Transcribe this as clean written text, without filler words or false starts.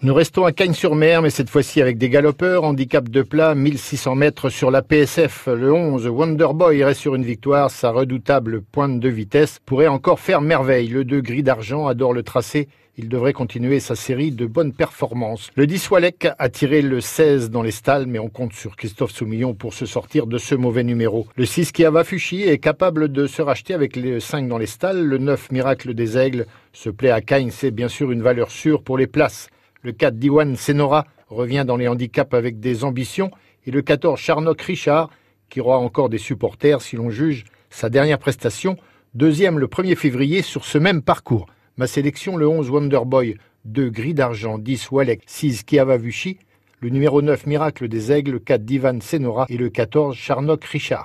Nous restons à Cagnes-sur-Mer, mais cette fois-ci avec des galopeurs. Handicap de plat, 1600 mètres sur la PSF. Le 11, Wonderboy reste sur une victoire. Sa redoutable pointe de vitesse pourrait encore faire merveille. Le 2, Gris d'Argent, adore le tracé. Il devrait continuer sa série de bonnes performances. Le 10, Walek a tiré le 16 dans les stalles, mais on compte sur Christophe Soumillon pour se sortir de ce mauvais numéro. Le 6, Kiava Fushi, est capable de se racheter avec le 5 dans les stalles. Le 9, Miracle des Aigles, se plaît à Cagnes. C'est bien sûr une valeur sûre pour les places. Le 4, Diwan Senora, revient dans les handicaps avec des ambitions. Et le 14, Charnock Richard, qui aura encore des supporters si l'on juge sa dernière prestation. Deuxième le 1er février sur ce même parcours. Ma sélection, le 11, Wonderboy, 2, Gris d'Argent, 10, Walek, 6, Kiava Fushi, le numéro 9, Miracle des Aigles, le 4, Diwan Senora et le 14, Charnock Richard.